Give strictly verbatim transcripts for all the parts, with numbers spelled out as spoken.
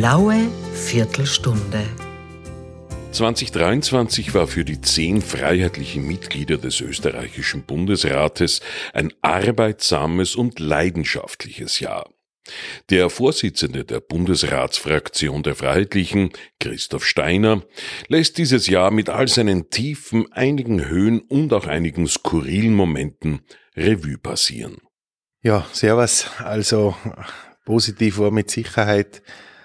blaue Viertelstunde. zwanzig dreiundzwanzig war für die zehn freiheitlichen Mitglieder des österreichischen Bundesrates ein arbeitsames und leidenschaftliches Jahr. Der Vorsitzende der Bundesratsfraktion der Freiheitlichen, Christoph Steiner, lässt dieses Jahr mit all seinen Tiefen, einigen Höhen und auch einigen skurrilen Momenten Revue passieren. Ja, servus. Also positiv war mit Sicherheit,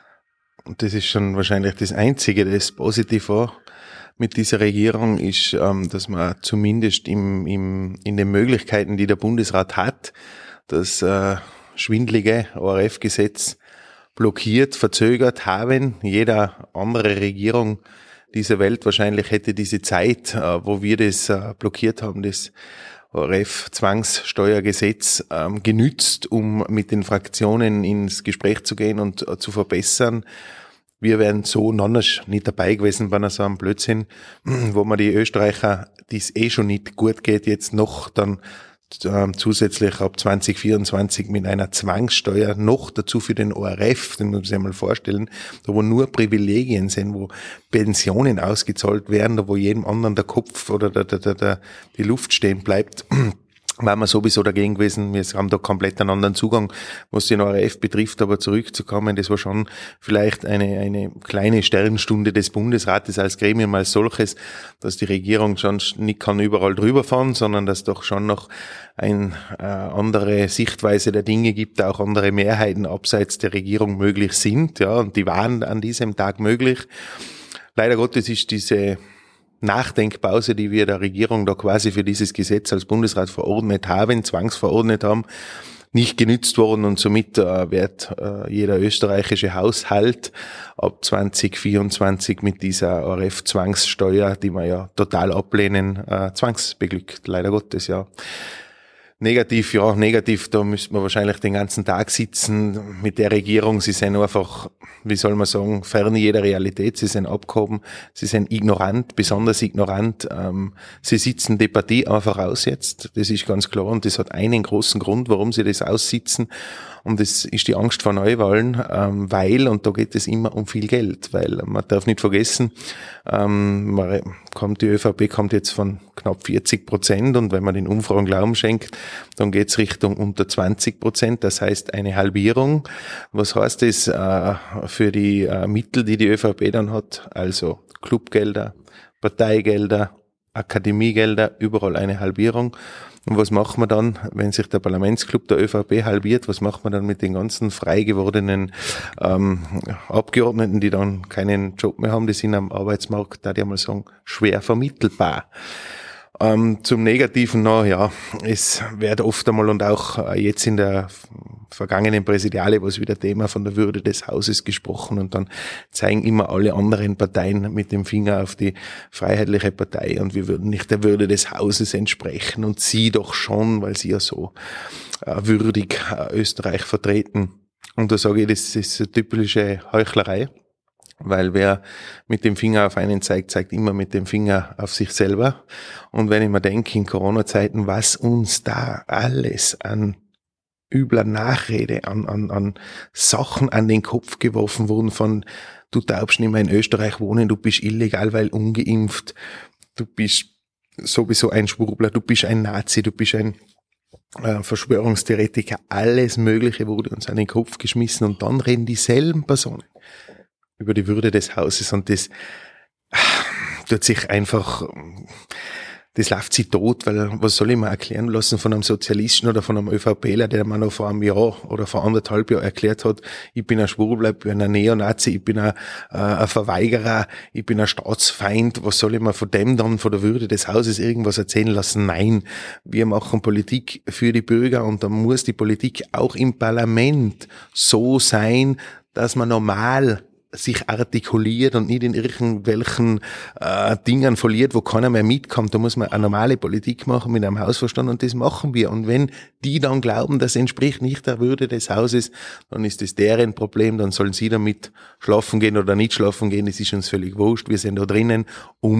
und das ist schon wahrscheinlich das Einzige, das positiv war mit dieser Regierung, ist, ähm, dass man zumindest im, im, in den Möglichkeiten, die der Bundesrat hat, das äh, schwindlige O R F-Gesetz blockiert, verzögert haben. Jeder andere Regierung dieser Welt wahrscheinlich hätte diese Zeit, äh, wo wir das äh, blockiert haben, das O R F-Zwangssteuergesetz ähm, genützt, um mit den Fraktionen ins Gespräch zu gehen und äh, zu verbessern. Wir wären so noch nicht dabei gewesen bei so einem Blödsinn, wo man die Österreicher, die es eh schon nicht gut geht, jetzt noch dann äh, zusätzlich ab zwanzig vierundzwanzig mit einer Zwangssteuer noch dazu für den O R F, den muss man sich mal vorstellen, da wo nur Privilegien sind, wo Pensionen ausgezahlt werden, da wo jedem anderen der Kopf oder der, der, der, der, die Luft stehen bleibt, waren wir sowieso dagegen gewesen. Wir haben da komplett einen anderen Zugang, was den O R F betrifft, aber zurückzukommen, das war schon vielleicht eine, eine kleine Sternstunde des Bundesrates als Gremium als solches, dass die Regierung schon nicht kann überall drüber fahren, sondern dass doch schon noch eine äh, andere Sichtweise der Dinge gibt, auch andere Mehrheiten abseits der Regierung möglich sind, ja, und die waren an diesem Tag möglich. Leider Gottes ist diese Nachdenkpause, die wir der Regierung da quasi für dieses Gesetz als Bundesrat verordnet haben, zwangsverordnet haben, nicht genützt worden, und somit äh, wird äh, jeder österreichische Haushalt ab zwanzig vierundzwanzig mit dieser O R F-Zwangssteuer, die wir ja total ablehnen, äh, zwangsbeglückt, leider Gottes, ja. Negativ, ja, negativ, da müsste man wahrscheinlich den ganzen Tag sitzen mit der Regierung. Sie sind einfach, wie soll man sagen, fern jeder Realität. Sie sind abgehoben, sie sind ignorant, besonders ignorant. Ähm, sie sitzen die Partie einfach aus jetzt, das ist ganz klar, und das hat einen großen Grund, warum sie das aussitzen. Und das ist die Angst vor Neuwahlen, ähm, weil, und da geht es immer um viel Geld, weil man darf nicht vergessen, ähm, man kommt, die ÖVP kommt jetzt von knapp vierzig Prozent, und wenn man den Umfragen Glauben schenkt, dann geht es Richtung unter zwanzig Prozent, das heißt eine Halbierung. Was heißt das äh, für die äh, Mittel, die die ÖVP dann hat? Also Clubgelder, Parteigelder, Akademiegelder, überall eine Halbierung. Und was macht man dann, wenn sich der Parlamentsclub der ÖVP halbiert? Was macht man dann mit den ganzen frei gewordenen ähm, Abgeordneten, die dann keinen Job mehr haben? Die sind am Arbeitsmarkt, da ich mal sagen, schwer vermittelbar. Ähm, zum Negativen noch, ja, es wird oft einmal und auch äh, jetzt in der vergangenen Präsidiale war es wieder Thema von der Würde des Hauses gesprochen, und dann zeigen immer alle anderen Parteien mit dem Finger auf die Freiheitliche Partei, und wir würden nicht der Würde des Hauses entsprechen, und sie doch schon, weil sie ja so äh, würdig äh, Österreich vertreten. Und da sage ich, das ist eine typische Heuchlerei. Weil wer mit dem Finger auf einen zeigt, zeigt immer mit dem Finger auf sich selber. Und wenn ich mir denke, in Corona-Zeiten, was uns da alles an übler Nachrede, an, an, an Sachen an den Kopf geworfen wurden von, du darfst nicht mehr in Österreich wohnen, du bist illegal, weil ungeimpft, du bist sowieso ein Schwurbler, du bist ein Nazi, du bist ein äh, Verschwörungstheoretiker, alles Mögliche wurde uns an den Kopf geschmissen, und dann reden dieselben Personen über die Würde des Hauses, und das tut sich einfach, das läuft sie tot, weil was soll ich mir erklären lassen von einem Sozialisten oder von einem ÖVPler, der mir noch vor einem Jahr oder vor anderthalb Jahren erklärt hat, ich bin ein Schwurbler, ich bin ein Neonazi, ich bin ein, äh, ein Verweigerer, ich bin ein Staatsfeind, was soll ich mir von dem dann, von der Würde des Hauses irgendwas erzählen lassen? Nein, wir machen Politik für die Bürger, und da muss die Politik auch im Parlament so sein, dass man normal sich artikuliert und nicht in irgendwelchen äh, Dingen verliert, wo keiner mehr mitkommt. Da muss man eine normale Politik machen mit einem Hausverstand, und das machen wir. Und wenn die dann glauben, das entspricht nicht der Würde des Hauses, dann ist das deren Problem, dann sollen sie damit schlafen gehen oder nicht schlafen gehen, das ist uns völlig wurscht. Wir sind da drinnen, um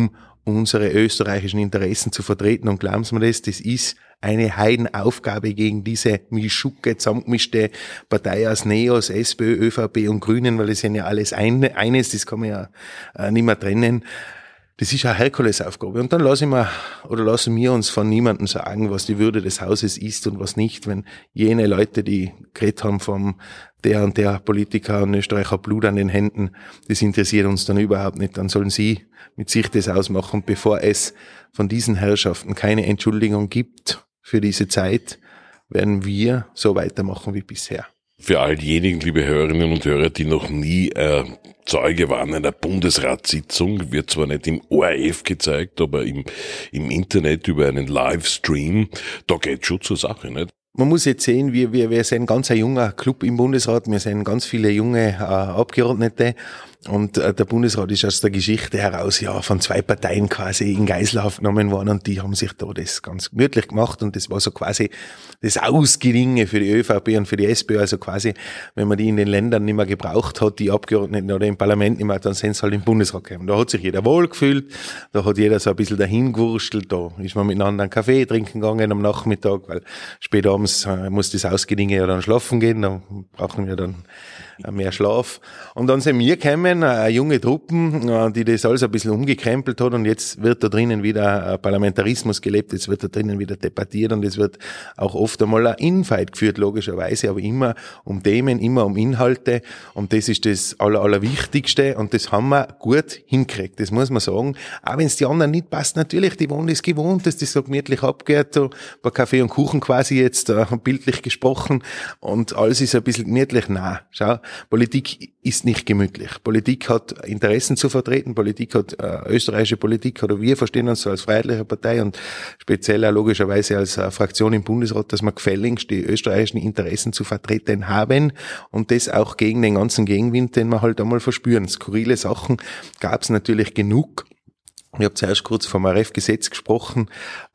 unsere österreichischen Interessen zu vertreten. Und glauben Sie mir das, das ist eine Heidenaufgabe gegen diese Mischucke, zusammengemischte Partei aus Neos, SPÖ, ÖVP und Grünen, weil das sind ja alles eine, eines, das kann man ja äh, nicht mehr trennen. Das ist eine Herkulesaufgabe. Und dann lasse ich mir, oder lassen wir uns von niemandem sagen, was die Würde des Hauses ist und was nicht, wenn jene Leute, die geredet haben vom der und der Politiker in Österreich hat Blut an den Händen, das interessiert uns dann überhaupt nicht. Dann sollen sie mit sich das ausmachen. Und bevor es von diesen Herrschaften keine Entschuldigung gibt für diese Zeit, werden wir so weitermachen wie bisher. Für all diejenigen, liebe Hörerinnen und Hörer, die noch nie äh, Zeuge waren einer Bundesratssitzung, wird zwar nicht im O R F gezeigt, aber im, im Internet über einen Livestream, da geht schon zur Sache, nicht? Man muss jetzt sehen, wir, wir, wir sind ganz ein junger Club im Bundesrat, wir sind ganz viele junge äh, Abgeordnete und äh, der Bundesrat ist aus der Geschichte heraus ja von zwei Parteien quasi in Geiselhaft genommen worden und die haben sich da das ganz gemütlich gemacht und das war so quasi das Ausgelinge für die ÖVP und für die SPÖ, also quasi, wenn man die in den Ländern nicht mehr gebraucht hat, die Abgeordneten oder im Parlament nicht mehr, dann sind sie halt im Bundesrat gekommen. Da hat sich jeder wohl gefühlt, da hat jeder so ein bisschen dahin gewurstelt, da ist man miteinander einen Kaffee trinken gegangen am Nachmittag, weil später abends äh, muss das Ausgelinge ja dann schlafen gehen, da brauchen wir dann mehr Schlaf. Und dann sind wir gekommen, eine junge Truppen, die das alles ein bisschen umgekrempelt hat und jetzt wird da drinnen wieder Parlamentarismus gelebt, jetzt wird da drinnen wieder debattiert und es wird auch oft einmal ein Infight geführt, logischerweise, aber immer um Themen, immer um Inhalte und das ist das Aller, Allerwichtigste und das haben wir gut hingekriegt, das muss man sagen. Auch wenn es die anderen nicht passt, natürlich, die wollen das gewohnt, dass das so gemütlich abgeht, so bei Kaffee und Kuchen quasi jetzt uh, bildlich gesprochen und alles ist ein bisschen gemütlich. Nein, schau, Politik ist nicht gemütlich. Politik hat Interessen zu vertreten. Politik hat, äh, österreichische Politik, oder wir verstehen uns so als freiheitliche Partei und speziell auch logischerweise als äh, Fraktion im Bundesrat, dass wir gefälligst die österreichischen Interessen zu vertreten haben und das auch gegen den ganzen Gegenwind, den wir halt einmal verspüren. Skurrile Sachen gab es natürlich genug. Ich habe zuerst kurz vom R F-Gesetz gesprochen,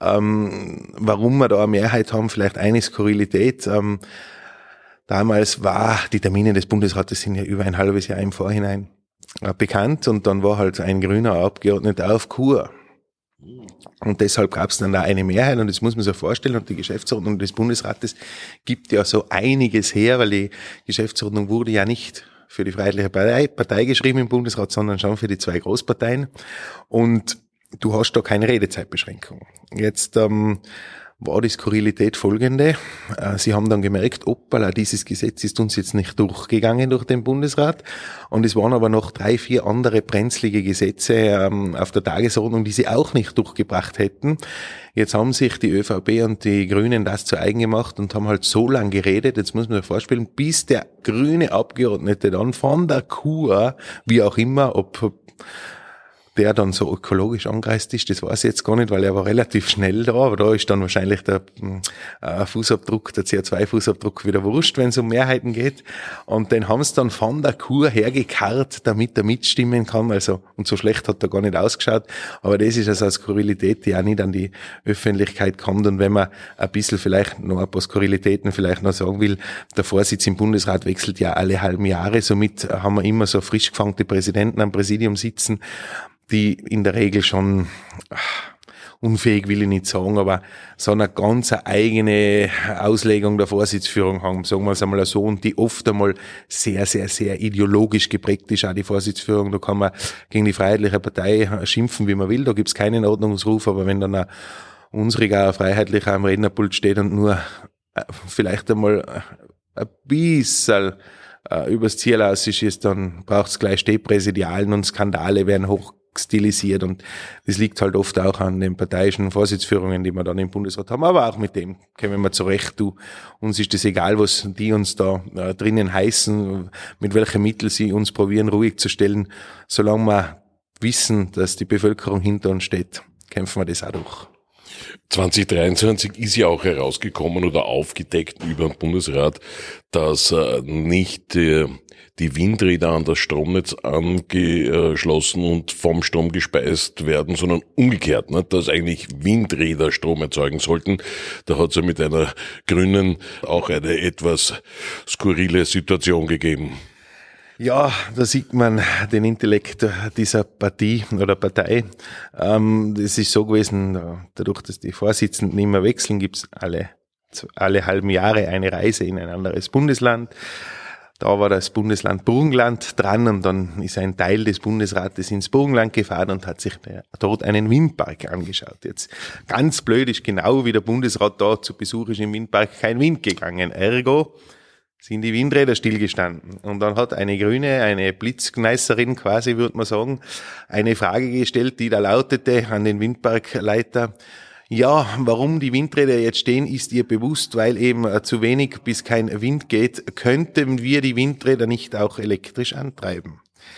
ähm, warum wir da eine Mehrheit haben, vielleicht eine Skurrilität. Ähm, Damals war, die Termine des Bundesrates sind ja über ein halbes Jahr im Vorhinein äh, bekannt und dann war halt ein grüner Abgeordneter auf Kur. Und deshalb gab es dann da eine Mehrheit und das muss man sich vorstellen und die Geschäftsordnung des Bundesrates gibt ja so einiges her, weil die Geschäftsordnung wurde ja nicht für die Freiheitliche Partei, Partei geschrieben im Bundesrat, sondern schon für die zwei Großparteien und du hast da keine Redezeitbeschränkung. Jetzt ähm, war die Skurrilität folgende. Sie haben dann gemerkt, hoppala, dieses Gesetz ist uns jetzt nicht durchgegangen durch den Bundesrat. Und es waren aber noch drei, vier andere brenzlige Gesetze ähm, auf der Tagesordnung, die sie auch nicht durchgebracht hätten. Jetzt haben sich die ÖVP und die Grünen das zu eigen gemacht und haben halt so lange geredet, jetzt muss man sich vorstellen, bis der grüne Abgeordnete dann von der Kur, wie auch immer, ob der dann so ökologisch angereist ist, das weiß ich jetzt gar nicht, weil er war relativ schnell da, aber da ist dann wahrscheinlich der äh, Fußabdruck, der C O zwei Fußabdruck wieder wurscht, wenn es um Mehrheiten geht. Und den haben sie dann von der Kur hergekarrt, damit er mitstimmen kann. Also, und so schlecht hat er gar nicht ausgeschaut. Aber das ist also eine Skurrilität, die auch nicht an die Öffentlichkeit kommt. Und wenn man ein bisschen vielleicht noch ein paar Skurrilitäten vielleicht noch sagen will, der Vorsitz im Bundesrat wechselt ja alle halben Jahre, somit haben wir immer so frisch gefangte Präsidenten am Präsidium sitzen, die in der Regel schon unfähig, will ich nicht sagen, aber so eine ganz eigene Auslegung der Vorsitzführung haben, sagen wir es einmal so, und die oft einmal sehr, sehr, sehr ideologisch geprägt ist, auch die Vorsitzführung. Da kann man gegen die Freiheitliche Partei schimpfen, wie man will, da gibt's keinen Ordnungsruf, aber wenn dann ein unsriger, ein Freiheitlicher am Rednerpult steht und nur vielleicht einmal ein bisschen übers Ziel aus ist, dann braucht's gleich Stehpräsidialen und Skandale werden hoch stilisiert und das liegt halt oft auch an den parteiischen Vorsitzführungen, die wir dann im Bundesrat haben, aber auch mit dem kommen wir zurecht. Du, uns ist es egal, was die uns da äh, drinnen heißen, mit welchen Mitteln sie uns probieren ruhig zu stellen, solange wir wissen, dass die Bevölkerung hinter uns steht, kämpfen wir das auch durch. zwanzig dreiundzwanzig ist ja auch herausgekommen oder aufgedeckt über den Bundesrat, dass äh, nicht äh, die Windräder an das Stromnetz angeschlossen und vom Strom gespeist werden, sondern umgekehrt, ne, dass eigentlich Windräder Strom erzeugen sollten. Da hat es ja mit einer Grünen auch eine etwas skurrile Situation gegeben. Ja, da sieht man den Intellekt dieser Partie oder Partei. Ähm, das ist so gewesen, dadurch, dass die Vorsitzenden immer wechseln, gibt's alle, alle halben Jahre eine Reise in ein anderes Bundesland. Da war das Bundesland Burgenland dran und dann ist ein Teil des Bundesrates ins Burgenland gefahren und hat sich dort einen Windpark angeschaut. Jetzt ganz blöd ist, genau wie der Bundesrat da zu Besuch ist im Windpark kein Wind gegangen. Ergo sind die Windräder stillgestanden. Und dann hat eine Grüne, eine Blitzgneißerin quasi, würde man sagen, eine Frage gestellt, die da lautete an den Windparkleiter: Ja, warum die Windräder jetzt stehen, ist ihr bewusst, weil eben zu wenig bis kein Wind geht. Könnten wir die Windräder nicht auch elektrisch antreiben?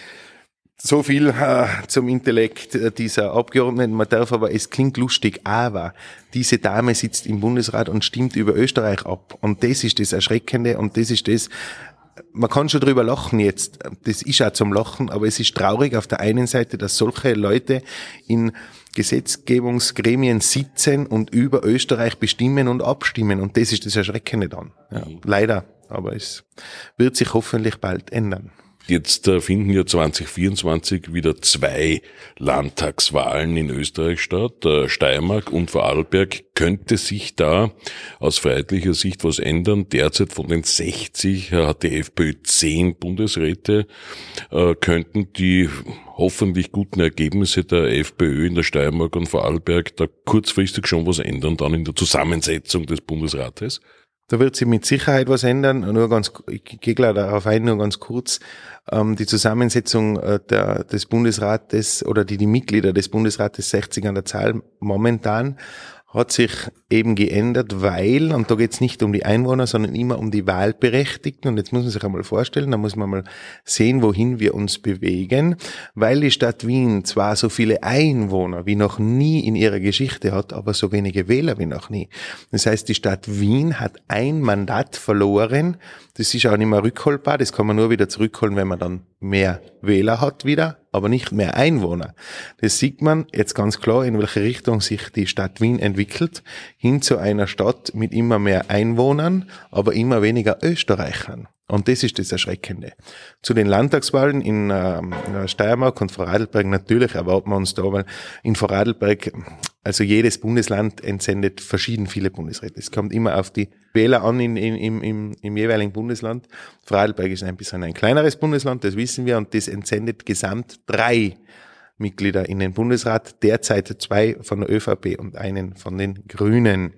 So viel äh, zum Intellekt dieser Abgeordneten. Man darf aber, es klingt lustig, aber diese Dame sitzt im Bundesrat und stimmt über Österreich ab. Und das ist das Erschreckende und das ist das, man kann schon drüber lachen jetzt, das ist auch zum Lachen, aber es ist traurig auf der einen Seite, dass solche Leute in Gesetzgebungsgremien sitzen und über Österreich bestimmen und abstimmen. Und das ist das Erschreckende dann. Ja, leider, aber es wird sich hoffentlich bald ändern. Jetzt äh, finden ja zwanzig vierundzwanzig wieder zwei Landtagswahlen in Österreich statt, äh, Steiermark und Vorarlberg. Könnte sich da aus freiheitlicher Sicht was ändern? Derzeit von den sechzig äh, hat die FPÖ zehn Bundesräte. Äh, könnten die hoffentlich guten Ergebnisse der FPÖ in der Steiermark und Vorarlberg da kurzfristig schon was ändern, dann in der Zusammensetzung des Bundesrates? Da wird sich mit Sicherheit was ändern. Nur ganz, ich gehe gleich darauf ein, nur ganz kurz. Ähm, die Zusammensetzung äh, der, des Bundesrates oder die, die Mitglieder des Bundesrates, sechzig an der Zahl momentan, hat sich eben geändert, weil, und da geht es nicht um die Einwohner, sondern immer um die Wahlberechtigten. Und jetzt muss man sich einmal vorstellen, da muss man mal sehen, wohin wir uns bewegen, weil die Stadt Wien zwar so viele Einwohner wie noch nie in ihrer Geschichte hat, aber so wenige Wähler wie noch nie. Das heißt, die Stadt Wien hat ein Mandat verloren. Das ist auch nicht mehr rückholbar, das kann man nur wieder zurückholen, wenn man dann mehr Wähler hat wieder, aber nicht mehr Einwohner. Das sieht man jetzt ganz klar, in welche Richtung sich die Stadt Wien entwickelt, hin zu einer Stadt mit immer mehr Einwohnern, aber immer weniger Österreichern. Und das ist das Erschreckende. Zu den Landtagswahlen in äh, Steiermark und Vorarlberg, natürlich erwarten wir uns da, weil in Vorarlberg, also jedes Bundesland entsendet verschieden viele Bundesräte. Es kommt immer auf die Wähler an in, in, im, im, im jeweiligen Bundesland. Vorarlberg ist ein bisschen ein kleineres Bundesland, das wissen wir, und das entsendet gesamt drei Mitglieder in den Bundesrat, derzeit zwei von der ÖVP und einen von den Grünen.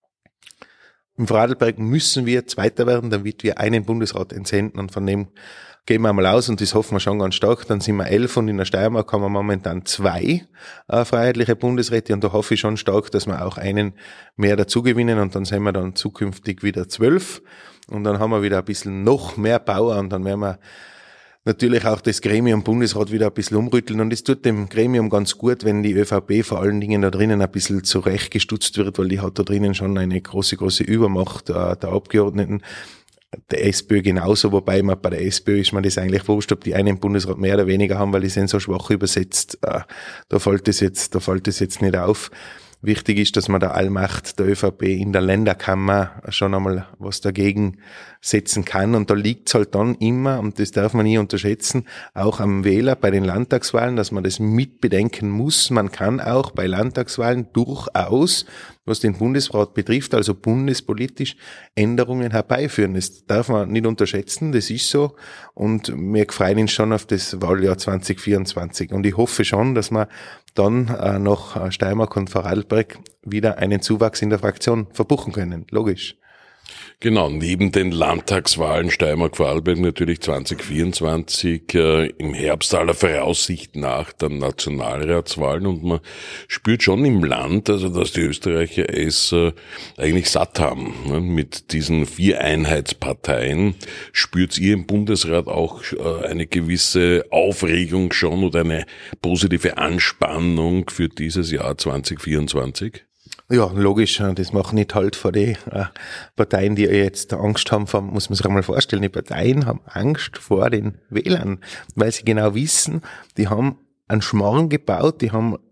Im Vorarlberg müssen wir Zweiter werden, damit wir einen Bundesrat entsenden, und von dem gehen wir mal aus, und das hoffen wir schon ganz stark. Dann sind wir elf, und in der Steiermark haben wir momentan zwei äh, freiheitliche Bundesräte, und da hoffe ich schon stark, dass wir auch einen mehr dazu gewinnen, und dann sind wir dann zukünftig wieder zwölf, und dann haben wir wieder ein bisschen noch mehr Power, und dann werden wir natürlich auch das Gremium Bundesrat wieder ein bisschen umrütteln, und es tut dem Gremium ganz gut, wenn die ÖVP vor allen Dingen da drinnen ein bisschen zurechtgestutzt wird, weil die hat da drinnen schon eine große, große Übermacht äh, der Abgeordneten. Der SPÖ genauso, wobei man bei der SPÖ ist man das eigentlich wurscht, ob die einen Bundesrat mehr oder weniger haben, weil die sind so schwach übersetzt. Äh, da fällt es jetzt, da fällt es jetzt nicht auf. Wichtig ist, dass man der Allmacht der ÖVP in der Länderkammer schon einmal was dagegen setzen kann. Und da liegt's halt dann immer, und das darf man nie unterschätzen, auch am Wähler bei den Landtagswahlen, dass man das mitbedenken muss. Man kann auch bei Landtagswahlen durchaus, was den Bundesrat betrifft, also bundespolitisch, Änderungen herbeiführen. Das darf man nicht unterschätzen, das ist so. Und wir freuen uns schon auf das Wahljahr zwanzig vierundzwanzig. Und ich hoffe schon, dass wir dann äh, nach Steiermark und Vorarlberg wieder einen Zuwachs in der Fraktion verbuchen können. Logisch. Genau, neben den Landtagswahlen Steiermark-Vorarlberg natürlich zwanzig vierundzwanzig äh, im Herbst aller Voraussicht nach der Nationalratswahlen, und man spürt schon im Land, also dass die Österreicher es äh, eigentlich satt haben, ne? Mit diesen vier Einheitsparteien. Spürt ihr im Bundesrat auch äh, eine gewisse Aufregung schon oder eine positive Anspannung für dieses Jahr zwanzig vierundzwanzig? Ja, logisch, das macht nicht halt vor die äh, Parteien, die jetzt Angst haben, vor, muss man sich einmal vorstellen, die Parteien haben Angst vor den Wählern, weil sie genau wissen, die haben einen Schmarrn gebaut, die haben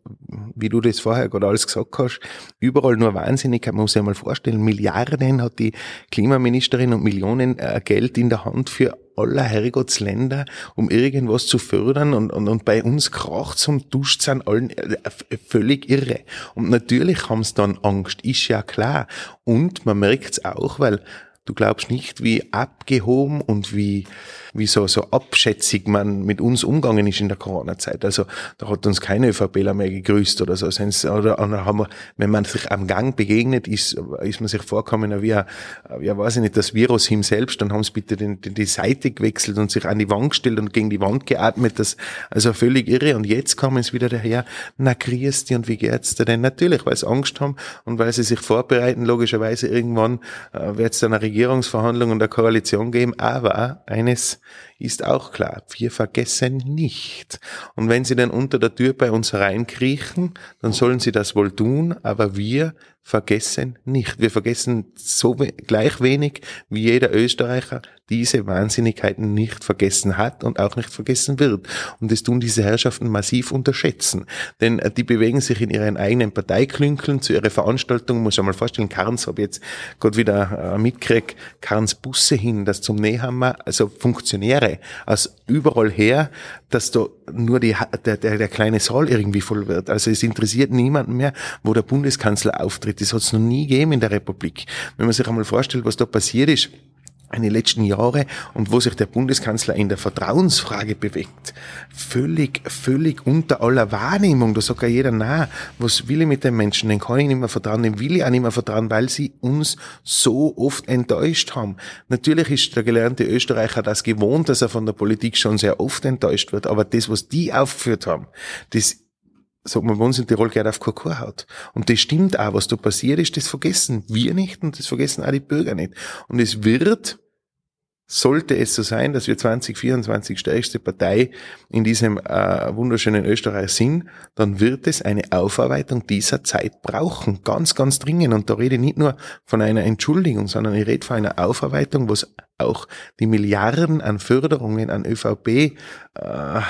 wie du das vorher gerade alles gesagt hast, überall nur Wahnsinnigkeit. Man muss sich mal vorstellen, Milliarden hat die Klimaministerin und Millionen äh, Geld in der Hand für aller Herrgottsländer, um irgendwas zu fördern und, und, und bei uns kracht's und duscht's an allen äh, völlig irre. Und natürlich haben's dann Angst, ist ja klar. Und man merkt's auch, weil du glaubst nicht, wie abgehoben und wie, wie so, so abschätzig man mit uns umgegangen ist in der Corona-Zeit. Also, da hat uns keine ÖVPler mehr gegrüßt oder so. Oder, oder haben wir, wenn man sich am Gang begegnet, ist, ist man sich vorgekommen, wie, ja, weiß ich nicht, das Virus ihm selbst, dann haben sie bitte den, den, die Seite gewechselt und sich an die Wand gestellt und gegen die Wand geatmet. Das, also völlig irre. Und jetzt kommen es wieder daher, na, grüß dich und wie geht's dir denn? Natürlich, weil sie Angst haben und weil sie sich vorbereiten, logischerweise irgendwann, äh, wird es dann eine Regierungsverhandlung und eine Koalition geben. Aber eines ist auch klar, wir vergessen nicht. Und wenn sie dann unter der Tür bei uns reinkriechen, dann sollen sie das wohl tun, aber wir vergessen nicht. Wir vergessen so we- gleich wenig, wie jeder Österreicher diese Wahnsinnigkeiten nicht vergessen hat und auch nicht vergessen wird. Und das tun diese Herrschaften massiv unterschätzen. Denn äh, die bewegen sich in ihren eigenen Parteiklünkeln zu ihrer Veranstaltung. Muss ich mal vorstellen, Karns habe ich jetzt gerade wieder äh, mitgekriegt, Karns Busse hin, das zum Nehammer, also Funktionäre aus überall her, dass da nur die, der, der, der kleine Saal irgendwie voll wird. Also es interessiert niemanden mehr, wo der Bundeskanzler auftritt. Das hat es noch nie gegeben in der Republik. Wenn man sich einmal vorstellt, was da passiert ist in den letzten Jahren und wo sich der Bundeskanzler in der Vertrauensfrage bewegt. Völlig, völlig unter aller Wahrnehmung. Da sagt ja jeder, na, was will ich mit den Menschen? Den kann ich nicht mehr vertrauen, den will ich auch nicht mehr vertrauen, weil sie uns so oft enttäuscht haben. Natürlich ist der gelernte Österreicher das gewohnt, dass er von der Politik schon sehr oft enttäuscht wird, aber das, was die aufgeführt haben, das sagt man bei uns in Tirol, geht auf Kurkurhaut. Und das stimmt auch, was da passiert ist, das vergessen wir nicht und das vergessen auch die Bürger nicht. Und es wird, sollte es so sein, dass wir zwanzig vierundzwanzig stärkste Partei in diesem äh, wunderschönen Österreich sind, dann wird es eine Aufarbeitung dieser Zeit brauchen. Ganz, ganz dringend. Und da rede ich nicht nur von einer Entschuldigung, sondern ich rede von einer Aufarbeitung, was auch die Milliarden an Förderungen an ÖVP äh,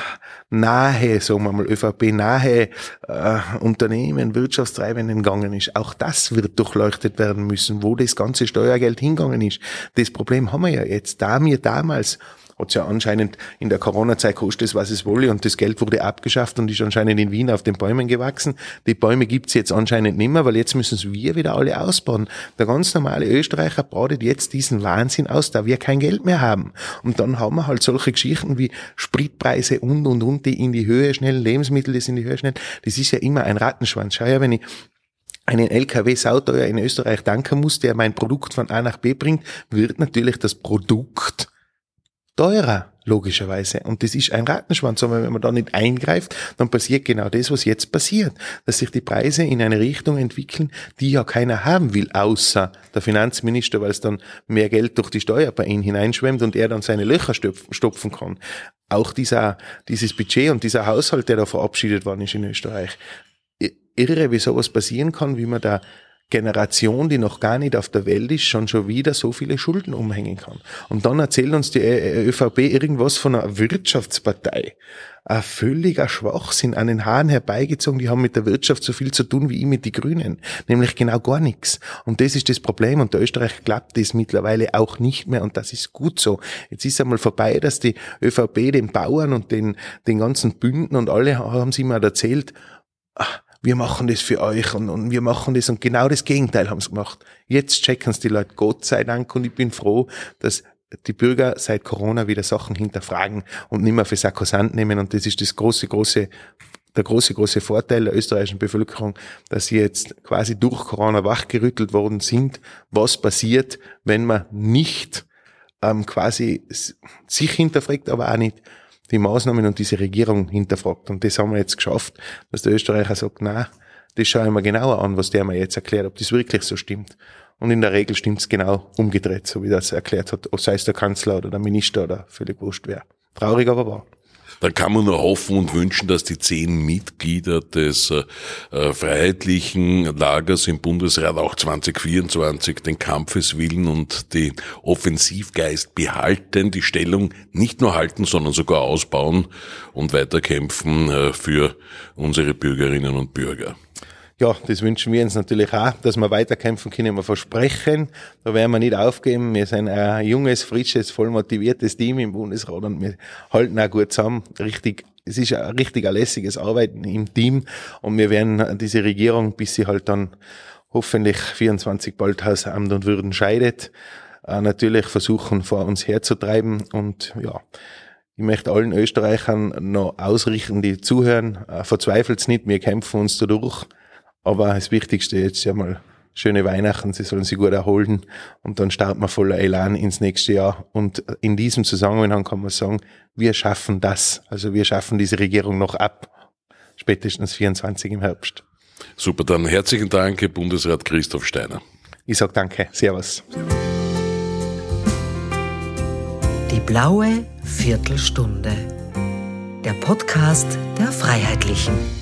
nahe, sagen wir mal, ÖVP nahe äh, Unternehmen, Wirtschaftstreibenden gegangen ist. Auch das wird durchleuchtet werden müssen, wo das ganze Steuergeld hingegangen ist. Das Problem haben wir ja jetzt. Da mir damals hat's ja anscheinend in der Corona-Zeit kostet es, was es wolle, und das Geld wurde abgeschafft und ist anscheinend in Wien auf den Bäumen gewachsen. Die Bäume gibt's jetzt anscheinend nicht mehr, weil jetzt müssen es wir wieder alle ausbauen. Der ganz normale Österreicher badet jetzt diesen Wahnsinn aus, da wir kein Geld mehr haben. Und dann haben wir halt solche Geschichten wie Spritpreise und, und, und, die in die Höhe schnell, Lebensmittel, das in die Höhe schnell. Das ist ja immer ein Rattenschwanz. Schau ja, wenn ich einen L K W sauteuer in Österreich tanken muss, der mein Produkt von A nach B bringt, wird natürlich das Produkt teurer, logischerweise. Und das ist ein Rattenschwanz. Aber wenn man da nicht eingreift, dann passiert genau das, was jetzt passiert. Dass sich die Preise in eine Richtung entwickeln, die ja keiner haben will, außer der Finanzminister, weil es dann mehr Geld durch die Steuer bei ihm hineinschwemmt und er dann seine Löcher stopfen kann. Auch dieser, dieses Budget und dieser Haushalt, der da verabschiedet worden ist in Österreich. Irre, wie sowas passieren kann, wie man da Generation, die noch gar nicht auf der Welt ist, schon schon wieder so viele Schulden umhängen kann. Und dann erzählt uns die ÖVP irgendwas von einer Wirtschaftspartei. Ein völliger Schwachsinn, an den Haaren herbeigezogen, die haben mit der Wirtschaft so viel zu tun wie ich mit den Grünen. Nämlich genau gar nichts. Und das ist das Problem. Und der Österreich klappt das mittlerweile auch nicht mehr. Und das ist gut so. Jetzt ist einmal vorbei, dass die ÖVP den Bauern und den, den ganzen Bünden und alle haben sie immer erzählt, ach, wir machen das für euch und, und wir machen das, und genau das Gegenteil haben sie gemacht. Jetzt checken es die Leute, Gott sei Dank, und ich bin froh, dass die Bürger seit Corona wieder Sachen hinterfragen und nicht mehr für Sakrosankt nehmen, und das ist das große, große, der große, große Vorteil der österreichischen Bevölkerung, dass sie jetzt quasi durch Corona wachgerüttelt worden sind, was passiert, wenn man nicht ähm, quasi sich hinterfragt, aber auch nicht die Maßnahmen und diese Regierung hinterfragt. Und das haben wir jetzt geschafft, dass der Österreicher sagt, na, das schaue ich mir genauer an, was der mir jetzt erklärt, ob das wirklich so stimmt. Und in der Regel stimmt es genau umgedreht, so wie das erklärt hat, sei es der Kanzler oder der Minister oder völlig wurscht wer. Traurig, aber wahr. Dann kann man nur hoffen und wünschen, dass die zehn Mitglieder des äh, freiheitlichen Lagers im Bundesrat auch zwanzig vierundzwanzig den Kampfeswillen und den Offensivgeist behalten, die Stellung nicht nur halten, sondern sogar ausbauen und weiterkämpfen äh, für unsere Bürgerinnen und Bürger. Ja, das wünschen wir uns natürlich auch, dass wir weiterkämpfen können, wir versprechen. Da werden wir nicht aufgeben. Wir sind ein junges, frisches, voll motiviertes Team im Bundesrat und wir halten auch gut zusammen. Richtig, es ist ein richtig ein lässiges Arbeiten im Team und wir werden diese Regierung, bis sie halt dann hoffentlich vierundzwanzig bald aus Amt und Würden scheidet, natürlich versuchen, vor uns herzutreiben. Und ja, ich möchte allen Österreichern noch ausrichten, die zuhören, verzweifelt's nicht, wir kämpfen uns da durch. Aber das Wichtigste jetzt ja mal schöne Weihnachten, sie sollen sich gut erholen und dann starten wir voller Elan ins nächste Jahr. Und in diesem Zusammenhang kann man sagen, wir schaffen das. Also wir schaffen diese Regierung noch ab, spätestens vierundzwanzig im Herbst. Super, dann herzlichen Dank, Herr Bundesrat Christoph Steiner. Ich sage danke, Servus. Die blaue Viertelstunde. Der Podcast der Freiheitlichen.